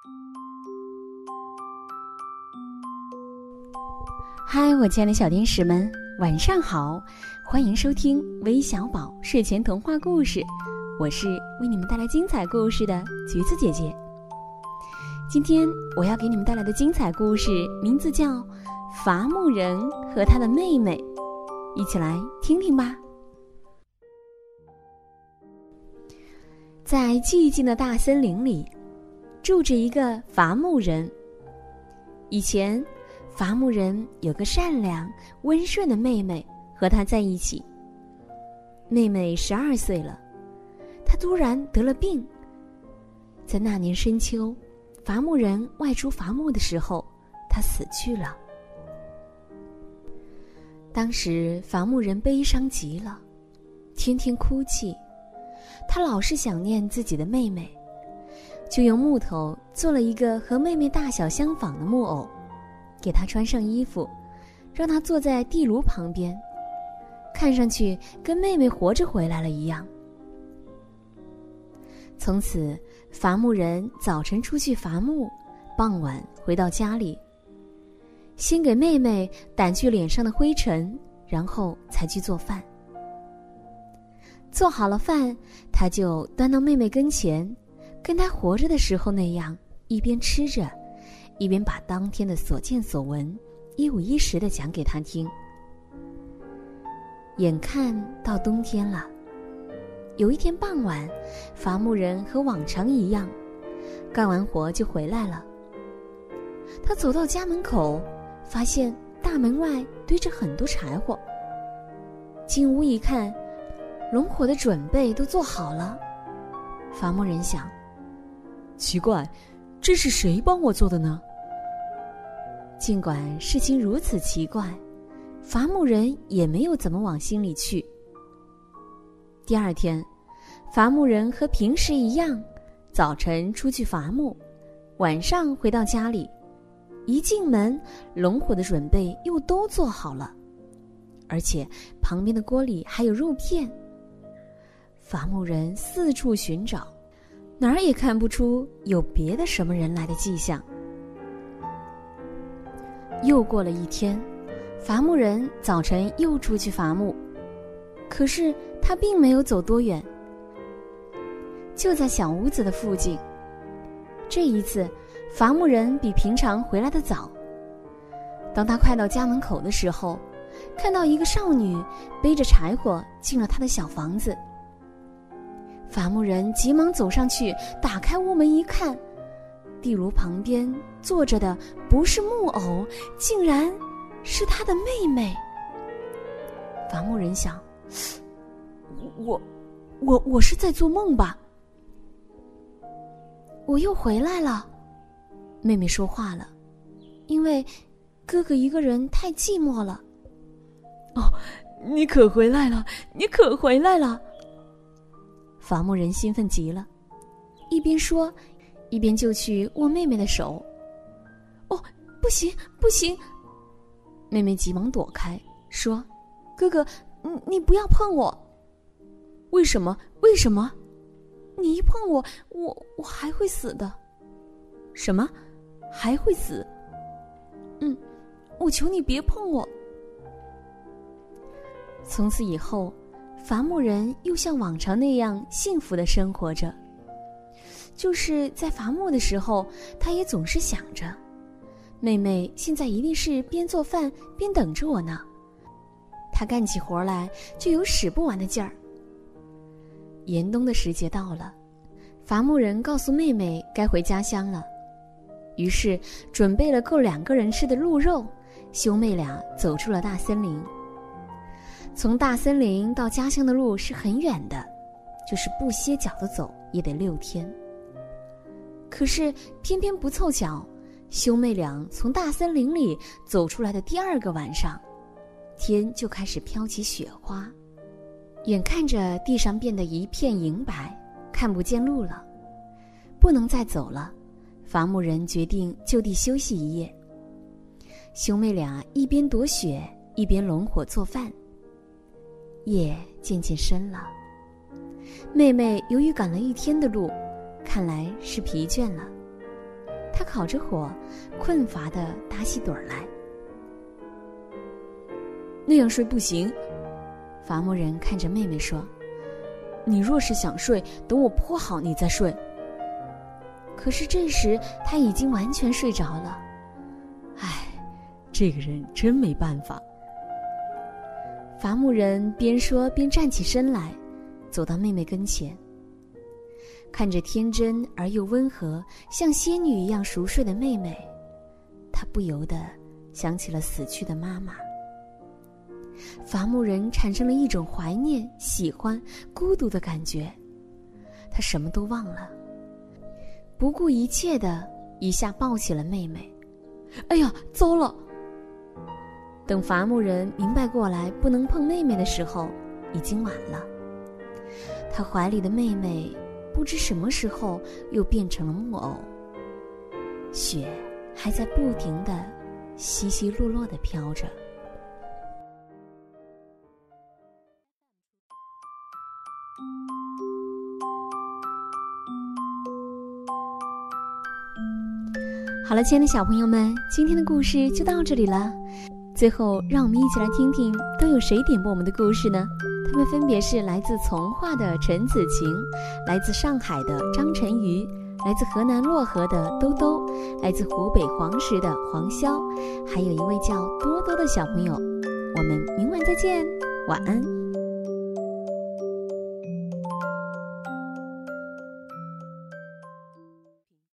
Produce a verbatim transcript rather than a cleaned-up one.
嗨，我亲爱的小天使们，晚上好！欢迎收听微小宝睡前童话故事，我是为你们带来精彩故事的橘子姐姐。今天我要给你们带来的精彩故事名字叫《伐木人和他的妹妹》，一起来听听吧。在寂静的大森林里，住着一个伐木人。以前伐木人有个善良温顺的妹妹，和他在一起。妹妹十二岁了，她突然得了病。在那年深秋，伐木人外出伐木的时候，她死去了。当时伐木人悲伤极了，天天哭泣。他老是想念自己的妹妹，就用木头做了一个和妹妹大小相仿的木偶，给她穿上衣服，让她坐在地炉旁边，看上去跟妹妹活着回来了一样。从此伐木人早晨出去伐木，傍晚回到家里，先给妹妹掸去脸上的灰尘，然后才去做饭。做好了饭，他就端到妹妹跟前，跟她活着的时候那样，一边吃着，一边把当天的所见所闻一五一十地讲给她听。眼看到冬天了，有一天傍晚，伐木人和往常一样，干完活就回来了。他走到家门口，发现大门外堆着很多柴火。进屋一看，龙火的准备都做好了。伐木人想， 奇怪，这是谁帮我做的呢？ 尽管事情如此奇怪，伐木人也没有怎么往心里去。第二天，伐木人和平时一样，早晨出去伐木，晚上回到家里，一进门，龙火的准备又都做好了，而且旁边的锅里还有肉片。伐木人四处寻找，哪儿也看不出有别的什么人来的迹象。又过了一天，伐木人早晨又出去伐木，可是他并没有走多远，就在小屋子的附近。这一次，伐木人比平常回来的早。当他快到家门口的时候，看到一个少女背着柴火进了他的小房子。伐木人急忙走上去，打开屋门一看，地炉旁边坐着的不是木偶，竟然是他的妹妹。伐木人想，我我我是在做梦吧？我又回来了。妹妹说话了，因为哥哥一个人太寂寞了。 哦，你可回来了，你可回来了。 伐木人兴奋极了，一边说一边就去握妹妹的手。哦，不行不行！妹妹急忙躲开，说，哥哥，你你不要碰我。 为什么为什么？ 你一碰我，我我还会死的。 什么？还会死？ 嗯，我求你别碰我。从此以后，伐木人又像往常那样幸福地生活着。就是在伐木的时候，他也总是想着，妹妹现在一定是边做饭边等着我呢。他干起活来就有使不完的劲儿。严冬的时节到了，伐木人告诉妹妹该回家乡了，于是准备了够两个人吃的鹿肉，兄妹俩走出了大森林。从大森林到家乡的路是很远的，就是不歇脚的走也得六天。可是偏偏不凑巧，兄妹俩从大森林里走出来的第二个晚上，天就开始飘起雪花，眼看着地上变得一片银白，看不见路了，不能再走了。伐木人决定就地休息一夜。兄妹俩一边躲雪，一边拢火做饭。夜渐渐深了，妹妹由于赶了一天的路，看来是疲倦了。 他烤着火，困乏地打起盹来。 那样睡不行， 伐木人看着妹妹说， 你若是想睡，等我铺好你再睡。 可是这时他已经完全睡着了。 唉，这个人真没办法。 伐木人边说边站起身来，走到妹妹跟前，看着天真而又温和，像仙女一样熟睡的妹妹，他不由得想起了死去的妈妈。伐木人产生了一种怀念、喜欢、孤独的感觉，他什么都忘了，不顾一切地一下抱起了妹妹。 哎呀，糟了！ 等伐木人明白过来不能碰妹妹的时候，已经晚了。他怀里的妹妹不知什么时候又变成了木偶，雪还在不停地稀稀落落地飘着。好了，亲爱的小朋友们，今天的故事就到这里了。最后，让我们一起来听听都有谁点播我们的故事呢？他们分别是来自从化的陈子晴，来自上海的张晨瑜，来自河南漯河的兜兜，来自湖北黄石的黄潇，还有一位叫多多的小朋友。我们明晚再见，晚安。